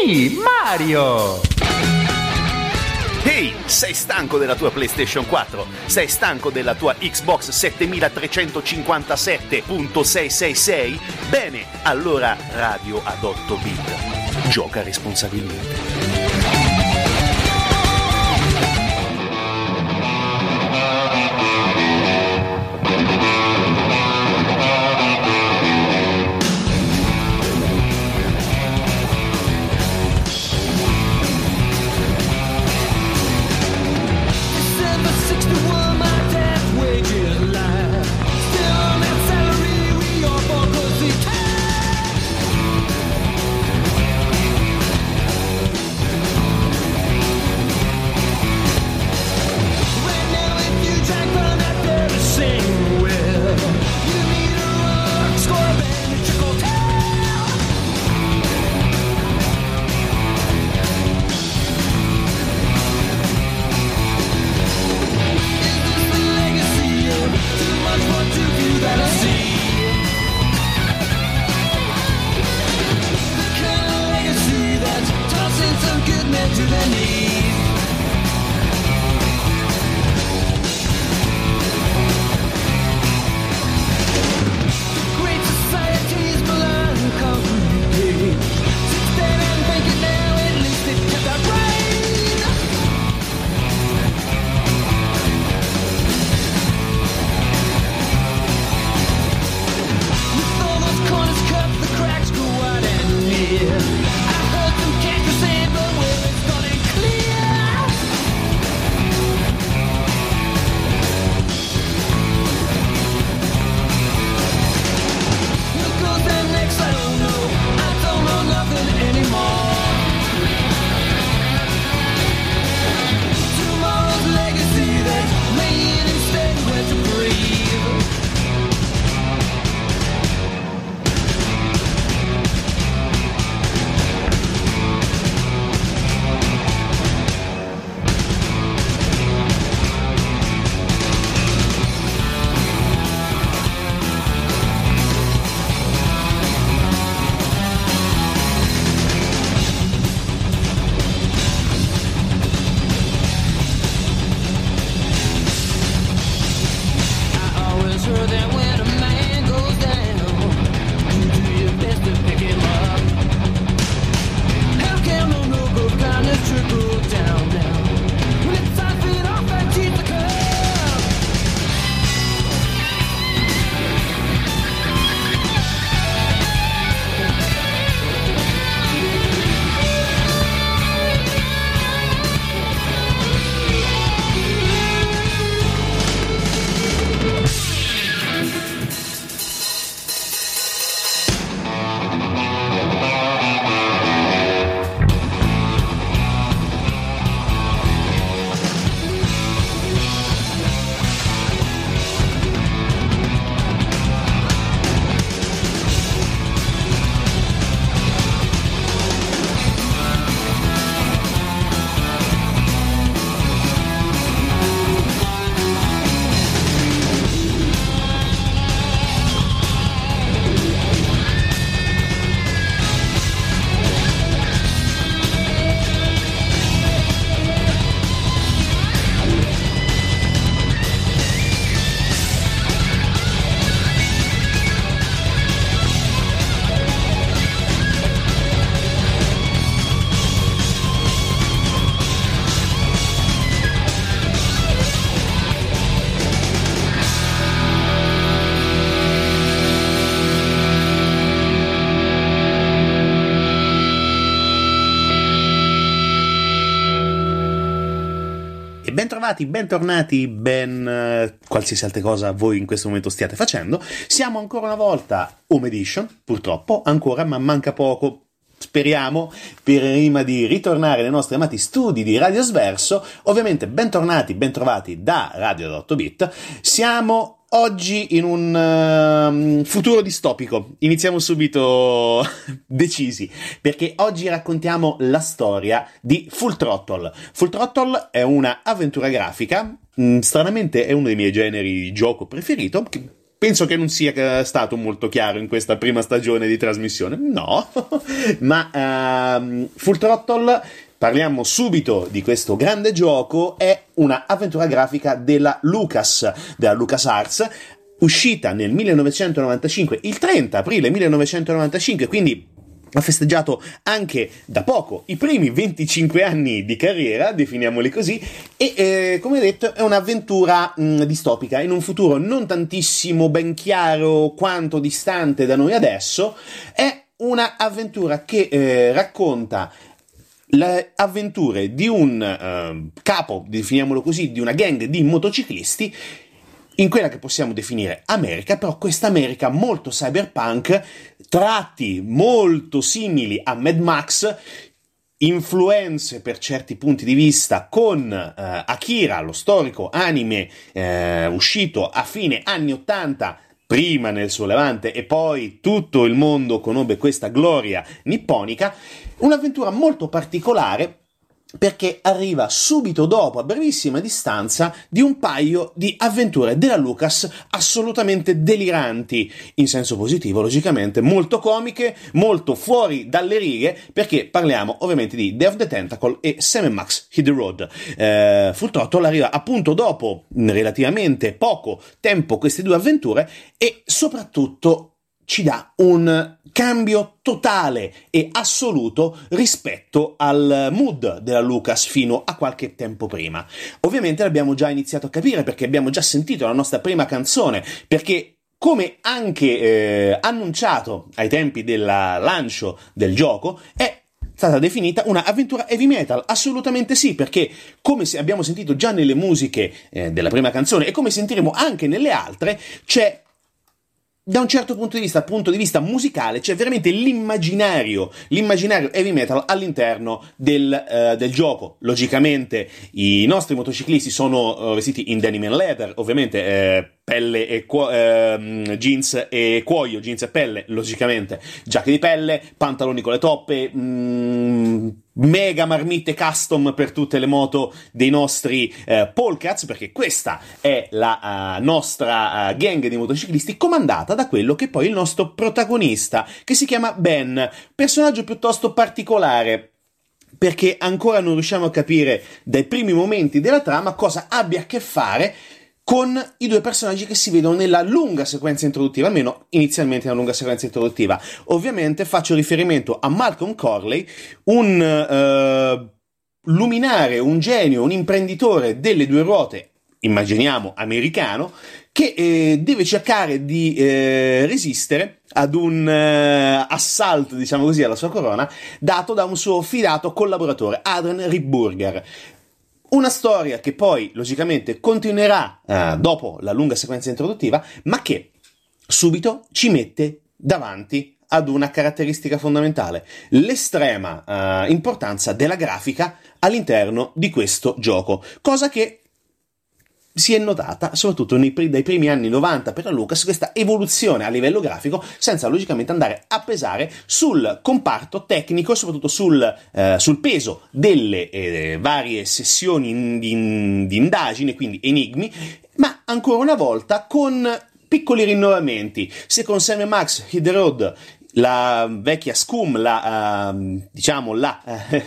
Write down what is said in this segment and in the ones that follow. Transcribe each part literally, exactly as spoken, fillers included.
Sì, Mario! Ehi, sei stanco della tua PlayStation quattro? Sei stanco della tua Xbox setemilatrecentocinquantasette punto seicentosessantasei? Bene, allora Radio ad otto bit. Gioca responsabilmente. Bentrovati, bentornati, ben eh, qualsiasi altra cosa voi in questo momento stiate facendo. Siamo ancora una volta Home Edition, purtroppo, ancora, ma manca poco. Speriamo, prima di ritornare nei nostri amati studi di Radio Sverso. Ovviamente bentornati, bentrovati da Radio otto bit. Siamo oggi in un uh, futuro distopico. Iniziamo subito decisi, perché oggi raccontiamo la storia di Full Throttle. Full Throttle è una avventura grafica, mh, stranamente è uno dei miei generi di gioco preferito, che penso che non sia stato molto chiaro in questa prima stagione di trasmissione. No, ma uh, Full Throttle, parliamo subito di questo grande gioco, è una avventura grafica della Lucas, della LucasArts, uscita nel millenovecentonovantacinque, il trenta aprile millenovecentonovantacinque, quindi ha festeggiato anche da poco i primi venticinque anni di carriera, definiamoli così, e eh, come detto è un'avventura mh, distopica in un futuro non tantissimo ben chiaro quanto distante da noi adesso. È un'avventura che eh, racconta le avventure di un eh, capo, definiamolo così, di una gang di motociclisti in quella che possiamo definire America, però questa America molto cyberpunk, tratti molto simili a Mad Max, influenze per certi punti di vista con eh, Akira, lo storico anime eh, uscito a fine anni ottanta, prima nel suo levante e poi tutto il mondo conobbe questa gloria nipponica. Un'avventura molto particolare perché arriva subito dopo, a brevissima distanza, di un paio di avventure della Lucas assolutamente deliranti, in senso positivo logicamente, molto comiche, molto fuori dalle righe, perché parliamo ovviamente di Day of the Tentacle e Sam and Max Hit the Road. Eh, Full Throttle arriva appunto dopo relativamente poco tempo queste due avventure e soprattutto ci dà un cambio totale e assoluto rispetto al mood della Lucas fino a qualche tempo prima. Ovviamente l'abbiamo già iniziato a capire perché abbiamo già sentito la nostra prima canzone, perché come anche eh, annunciato ai tempi del lancio del gioco, è stata definita una avventura heavy metal. Assolutamente sì, perché come abbiamo sentito già nelle musiche eh, della prima canzone e come sentiremo anche nelle altre, c'è da un certo punto di vista, punto di vista musicale, c'è veramente l'immaginario, l'immaginario heavy metal all'interno del, uh, del gioco. Logicamente i nostri motociclisti sono uh, vestiti in denim and leather, ovviamente eh, pelle e cu- eh, jeans e cuoio, jeans e pelle, logicamente giacche di pelle, pantaloni con le toppe, mm, mega marmitte custom per tutte le moto dei nostri eh, Polecats, perché questa è la uh, nostra uh, gang di motociclisti comandata da quello che poi è il nostro protagonista, che si chiama Ben, personaggio piuttosto particolare, perché ancora non riusciamo a capire dai primi momenti della trama cosa abbia a che fare con i due personaggi che si vedono nella lunga sequenza introduttiva, almeno inizialmente nella lunga sequenza introduttiva. Ovviamente faccio riferimento a Malcolm Corley, un uh, luminare, un genio, un imprenditore delle due ruote, immaginiamo americano, che eh, deve cercare di eh, resistere ad un eh, assalto, diciamo così, alla sua corona, dato da un suo fidato collaboratore, Adrian Ripburger. Una storia che poi, logicamente, continuerà eh, dopo la lunga sequenza introduttiva, ma che subito ci mette davanti ad una caratteristica fondamentale: l'estrema eh, importanza della grafica all'interno di questo gioco, cosa che si è notata soprattutto nei, dai primi anni novanta per la Lucas, questa evoluzione a livello grafico, senza logicamente andare a pesare sul comparto tecnico e soprattutto sul, eh, sul peso delle eh, varie sessioni di, di indagine, quindi enigmi, ma ancora una volta con piccoli rinnovamenti. Se con Sam and Max Hit the Road la vecchia Scum, la, uh, diciamo la,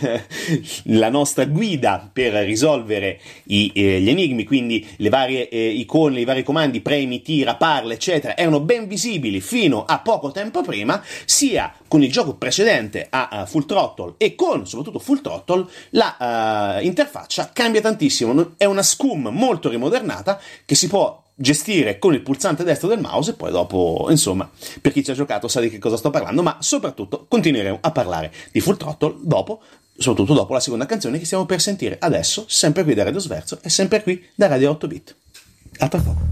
la nostra guida per risolvere i, eh, gli enigmi, quindi le varie eh, icone, i vari comandi, premi, tira, parla, eccetera, erano ben visibili fino a poco tempo prima, sia con il gioco precedente a uh, Full Throttle e con soprattutto Full Throttle la uh, interfaccia cambia tantissimo. È una Scum molto rimodernata che si può gestire con il pulsante destro del mouse e poi dopo, insomma, per chi ci ha giocato sa di che cosa sto parlando, ma soprattutto continueremo a parlare di Full Throttle dopo, soprattutto dopo la seconda canzone che stiamo per sentire adesso, sempre qui da Radio Sverso e sempre qui da Radio otto bit. A tra poco.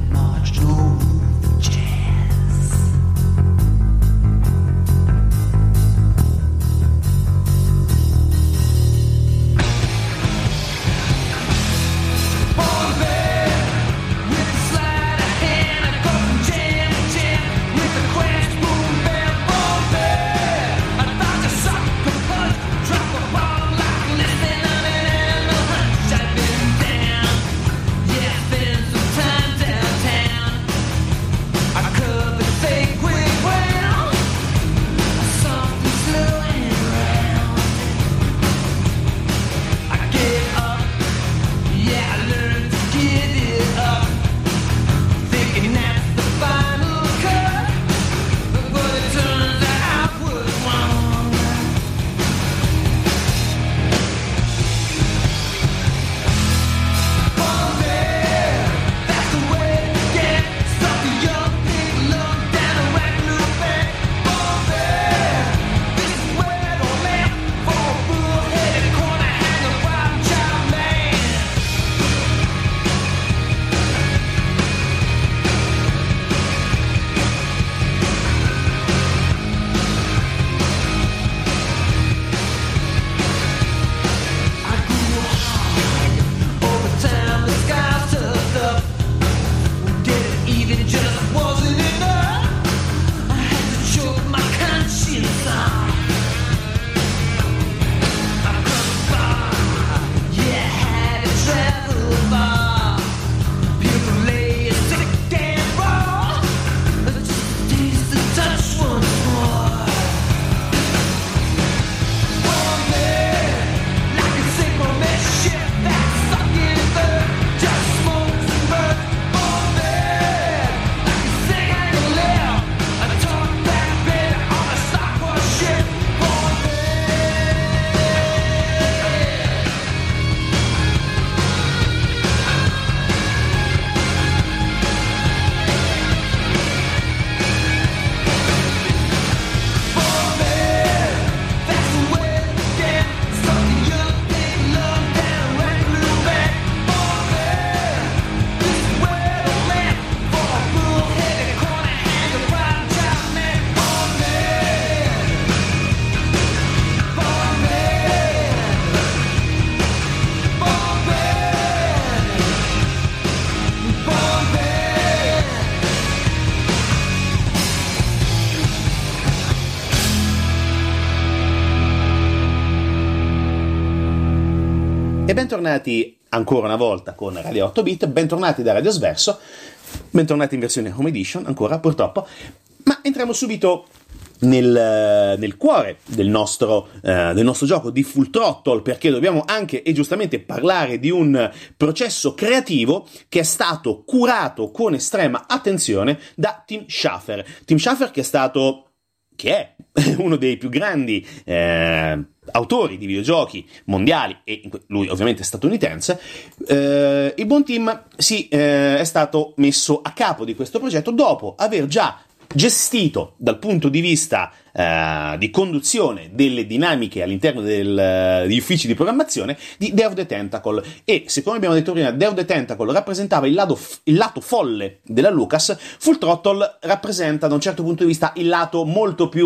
Jazz. E bentornati ancora una volta con Radio otto bit, bentornati da Radio Sverso, bentornati in versione Home Edition, ancora purtroppo, ma entriamo subito nel, nel cuore del nostro, eh, del nostro gioco di Full Throttle, perché dobbiamo anche e giustamente parlare di un processo creativo che è stato curato con estrema attenzione da Tim Schafer. Tim Schafer che è stato, che è uno dei più grandi eh, autori di videogiochi mondiali, e lui ovviamente è statunitense. Eh, il buon Tim si, eh, è stato messo a capo di questo progetto dopo aver già gestito dal punto di vista uh, di conduzione delle dinamiche all'interno del, uh, degli uffici di programmazione di Day of the Tentacle, e secondo abbiamo detto prima, Day of the Tentacle rappresentava il lato, il lato folle della Lucas. Full Throttle rappresenta da un certo punto di vista il lato molto più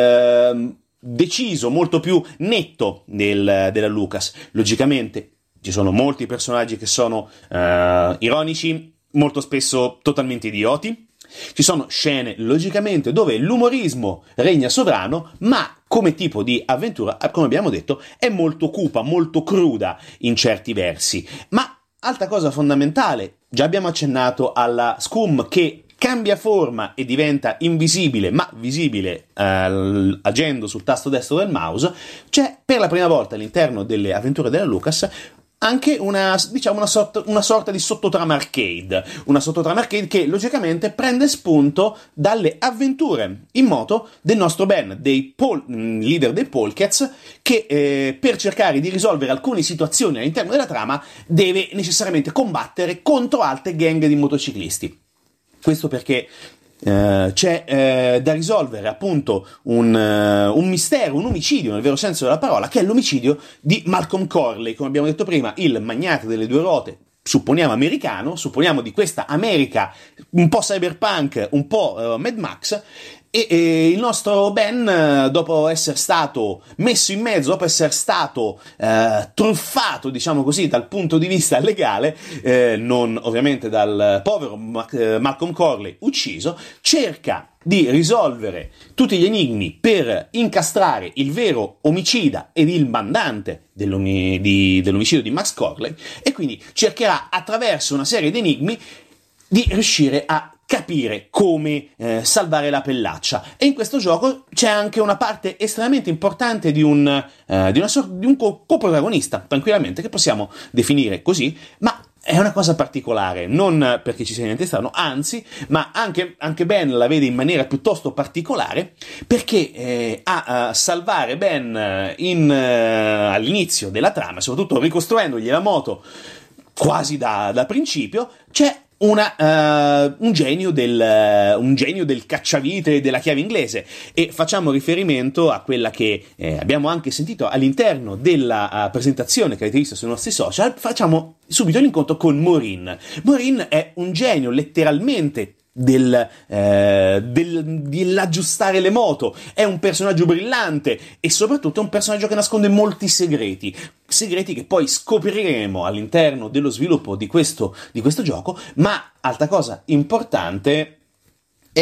uh, deciso, molto più netto del, della Lucas. Logicamente ci sono molti personaggi che sono uh, ironici, molto spesso totalmente idioti. Ci sono scene, logicamente, dove l'umorismo regna sovrano, ma come tipo di avventura, come abbiamo detto, è molto cupa, molto cruda in certi versi. Ma altra cosa fondamentale, già abbiamo accennato alla Scum che cambia forma e diventa invisibile, ma visibile eh, agendo sul tasto destro del mouse. C'è per la prima volta all'interno delle avventure della Lucas anche una, diciamo, una sorta, una sorta di sottotrama arcade, una sottotrama arcade che logicamente prende spunto dalle avventure in moto del nostro Ben, dei pol, leader dei Polecats, che eh, per cercare di risolvere alcune situazioni all'interno della trama deve necessariamente combattere contro altre gang di motociclisti. Questo perché Uh, c'è uh, da risolvere appunto un, uh, un mistero, un omicidio nel vero senso della parola, che è l'omicidio di Malcolm Corley, come abbiamo detto prima, il magnate delle due ruote, supponiamo americano, supponiamo di questa America un po' cyberpunk, un po' uh, Mad Max. E, e il nostro Ben, dopo essere stato messo in mezzo, dopo essere stato eh, truffato, diciamo così, dal punto di vista legale, eh, non ovviamente dal povero Ma- eh, Malcolm Corley ucciso, cerca di risolvere tutti gli enigmi per incastrare il vero omicida ed il mandante dell'om- di, dell'omicidio di Max Corley, e quindi cercherà attraverso una serie di enigmi di riuscire a capire come eh, salvare la pellaccia. E in questo gioco c'è anche una parte estremamente importante di un, eh, di una sor- di un co- coprotagonista, tranquillamente, che possiamo definire così, ma è una cosa particolare, non perché ci sia niente strano, anzi, ma anche, anche Ben la vede in maniera piuttosto particolare, perché eh, a, a salvare Ben in, uh, all'inizio della trama, soprattutto ricostruendogli la moto quasi da, da principio, c'è Una, uh, un genio del uh, un genio del cacciavite della chiave inglese, e facciamo riferimento a quella che eh, abbiamo anche sentito all'interno della uh, presentazione che avete visto sui nostri social. Facciamo subito l'incontro con Maureen. Maureen è un genio letteralmente del, eh, del dell'aggiustare le moto, è un personaggio brillante e soprattutto è un personaggio che nasconde molti segreti segreti che poi scopriremo all'interno dello sviluppo di questo, di questo gioco. Ma altra cosa importante è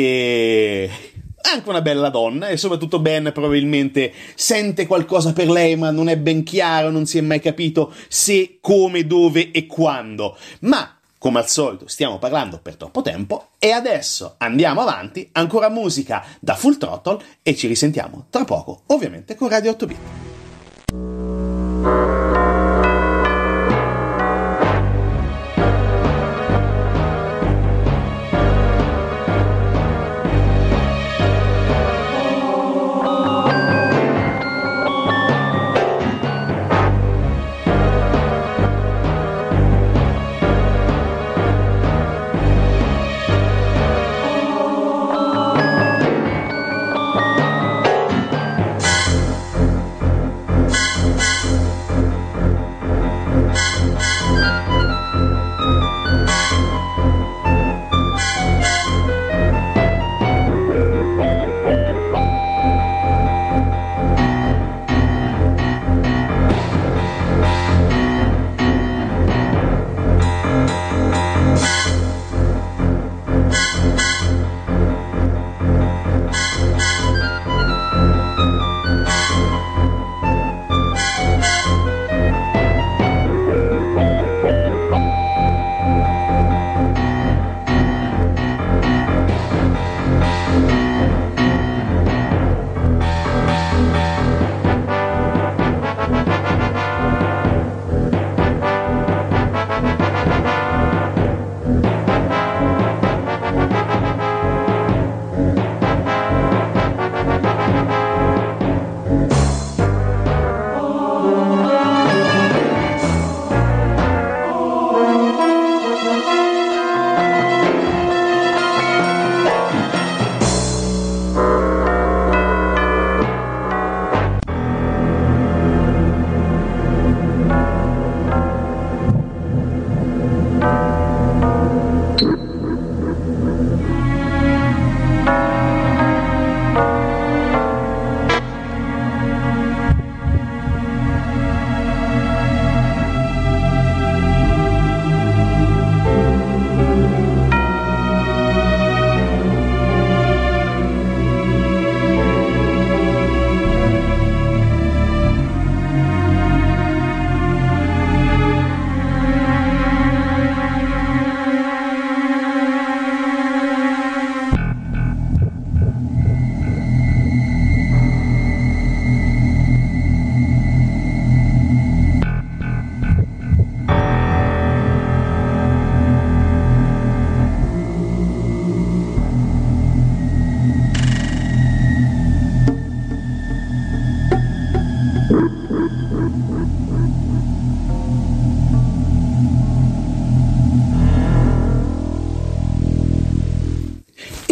anche anche una bella donna, e soprattutto Ben probabilmente sente qualcosa per lei, ma non è ben chiaro, non si è mai capito se, come, dove e quando. Ma come al solito stiamo parlando per troppo tempo, e adesso andiamo avanti, ancora musica da Full Throttle, e ci risentiamo tra poco, ovviamente con Radio otto bit.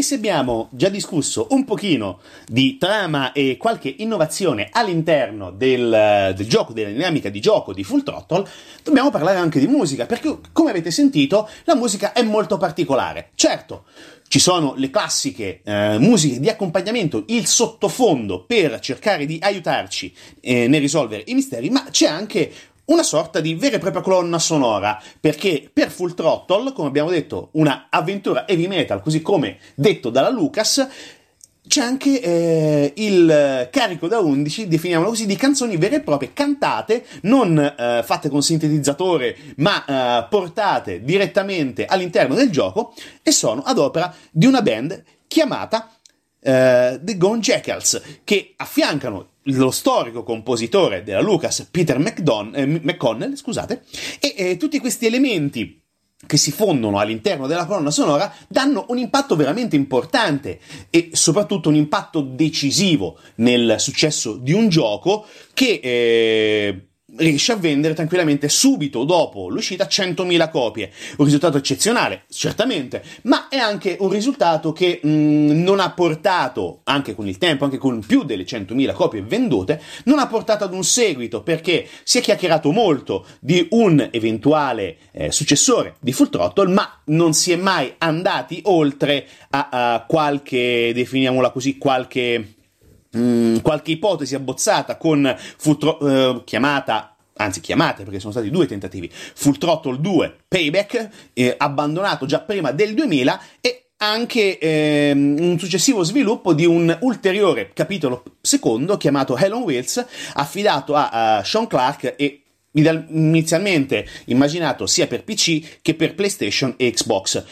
E se abbiamo già discusso un pochino di trama e qualche innovazione all'interno del, del gioco, della dinamica di gioco di Full Throttle, dobbiamo parlare anche di musica, perché come avete sentito la musica è molto particolare. Certo, ci sono le classiche eh, musiche di accompagnamento, il sottofondo per cercare di aiutarci eh, nel risolvere i misteri, ma c'è anche una sorta di vera e propria colonna sonora, perché per Full Throttle, come abbiamo detto, una avventura heavy metal, così come detto dalla Lucas, c'è anche eh, il carico da undici, definiamolo così, di canzoni vere e proprie, cantate, non eh, fatte con sintetizzatore, ma eh, portate direttamente all'interno del gioco, e sono ad opera di una band chiamata Uh, The Gone Jackals, che affiancano lo storico compositore della Lucas, Peter McDon- eh, McConnell, scusate, e eh, tutti questi elementi che si fondono all'interno della colonna sonora danno un impatto veramente importante e soprattutto un impatto decisivo nel successo di un gioco che eh, riesce a vendere tranquillamente subito dopo l'uscita centomila copie. Un risultato eccezionale, certamente, ma è anche un risultato che mh, non ha portato, anche con il tempo, anche con più delle centomila copie vendute, non ha portato ad un seguito, perché si è chiacchierato molto di un eventuale eh, successore di Full Throttle, ma non si è mai andati oltre a, a qualche, definiamola così, qualche... Mm, qualche ipotesi abbozzata con Full Throttle, eh, chiamata, anzi chiamate perché sono stati due tentativi, Full Throttle due Payback, eh, abbandonato già prima del duemila, e anche eh, un successivo sviluppo di un ulteriore capitolo secondo chiamato Hell on Wheels, affidato a, a Sean Clark e inizialmente immaginato sia per P C che per PlayStation e Xbox.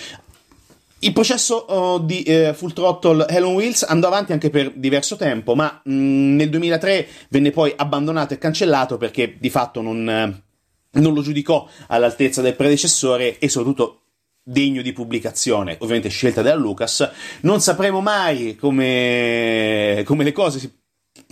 Il processo uh, di uh, Full Throttle Hell on Wheels andò avanti anche per diverso tempo, ma mh, nel duemilatré venne poi abbandonato e cancellato perché di fatto non, uh, non lo giudicò all'altezza del predecessore e soprattutto degno di pubblicazione, ovviamente scelta dalla Lucas. Non sapremo mai come, come le cose si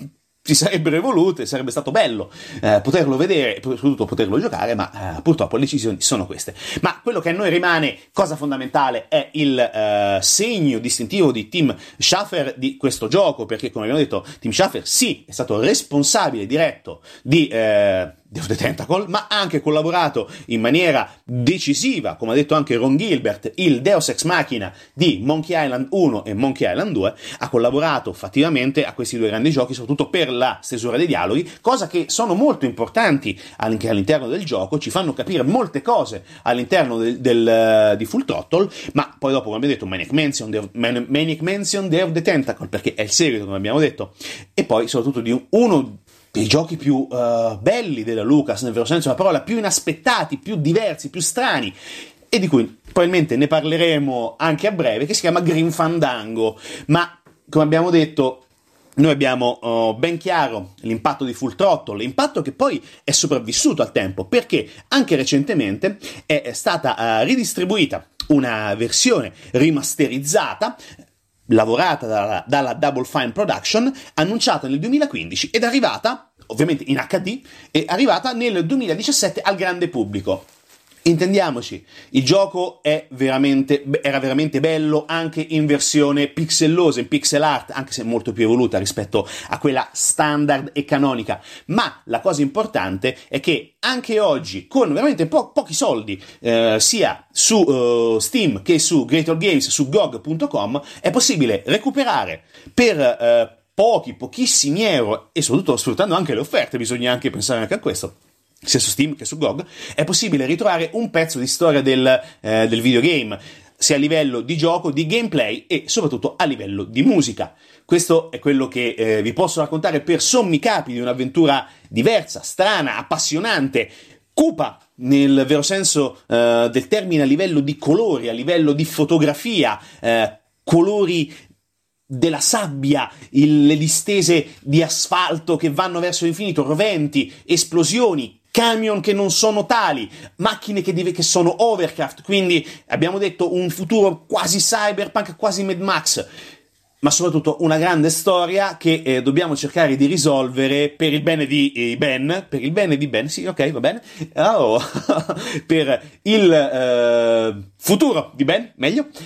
si sarebbero evolute, sarebbe stato bello eh, poterlo vedere e soprattutto poterlo giocare, ma eh, purtroppo le decisioni sono queste. Ma quello che a noi rimane, cosa fondamentale, è il eh, segno distintivo di Tim Schafer di questo gioco, perché come abbiamo detto Tim Schafer sì, è stato responsabile diretto di eh, Day of the Tentacle, ma ha anche collaborato in maniera decisiva, come ha detto anche Ron Gilbert, il Deus Ex Machina di Monkey Island uno e Monkey Island due, ha collaborato fattivamente a questi due grandi giochi, soprattutto per la stesura dei dialoghi, cosa che sono molto importanti anche all'interno del gioco, ci fanno capire molte cose all'interno del, del, di Full Throttle, ma poi dopo, come abbiamo detto, Maniac Mansion, Day of, Maniac Mansion Day of the Tentacle, perché è il seguito, come abbiamo detto, e poi soprattutto di uno dei giochi più uh, belli della Lucas, nel vero senso della parola, più inaspettati, più diversi, più strani, e di cui probabilmente ne parleremo anche a breve, che si chiama Grim Fandango. Ma come abbiamo detto, noi abbiamo uh, ben chiaro l'impatto di Full Throttle, l'impatto che poi è sopravvissuto al tempo, perché anche recentemente è stata uh, ridistribuita una versione rimasterizzata, lavorata dalla, dalla Double Fine Production, annunciata nel duemilaquindici ed arrivata, ovviamente in acca di, è arrivata nel duemiladiciassette al grande pubblico. Intendiamoci, il gioco è veramente, era veramente bello anche in versione pixellosa, in pixel art, anche se molto più evoluta rispetto a quella standard e canonica, ma la cosa importante è che anche oggi, con veramente po- pochi soldi, eh, sia su uh, Steam che su Great All Games, su G O G punto com, è possibile recuperare per uh, pochi, pochissimi euro, e soprattutto sfruttando anche le offerte, bisogna anche pensare anche a questo, sia su Steam che su G O G, è possibile ritrovare un pezzo di storia del, eh, del videogame, sia a livello di gioco, di gameplay e soprattutto a livello di musica. Questo è quello che eh, vi posso raccontare per sommi capi di un'avventura diversa, strana, appassionante, cupa nel vero senso eh, del termine, a livello di colori, a livello di fotografia, eh, colori della sabbia, il, le distese di asfalto che vanno verso l'infinito, roventi, esplosioni, camion che non sono tali, macchine che, div- che sono overcraft, quindi abbiamo detto un futuro quasi cyberpunk, quasi Mad Max, ma soprattutto una grande storia che eh, dobbiamo cercare di risolvere per il bene di eh, Ben, per il bene di Ben, sì, ok, va bene, oh, per il eh, futuro di Ben, meglio,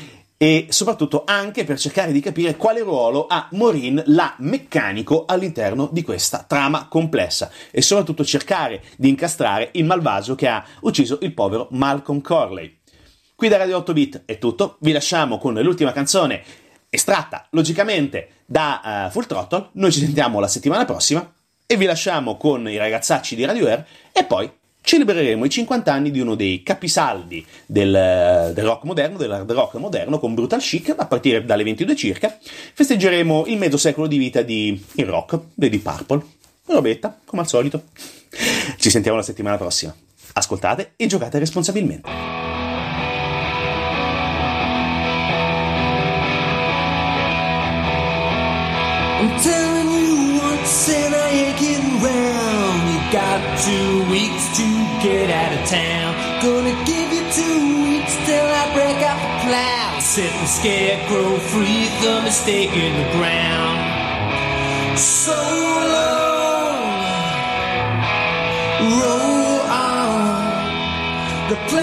e soprattutto anche per cercare di capire quale ruolo ha Maureen, la meccanico, all'interno di questa trama complessa e soprattutto cercare di incastrare il malvagio che ha ucciso il povero Malcolm Corley. Qui da Radio otto bit è tutto, vi lasciamo con l'ultima canzone estratta logicamente da uh, Full Throttle, noi ci sentiamo la settimana prossima e vi lasciamo con i ragazzacci di Radio Air e poi celebreremo i cinquanta anni di uno dei capisaldi del, del rock moderno, dell'hard rock moderno con Brutal Chic a partire dalle ventidue circa. Festeggeremo il mezzo secolo di vita di il rock, dei Deep Purple, robetta come al solito. Ci sentiamo la settimana prossima, ascoltate e giocate responsabilmente. I'm telling you once and I ain't getting round. You got two weeks to get out of town. Gonna give you two weeks till I break out the plow. Set the scarecrow free, the mistake in the ground. So long, roll on. The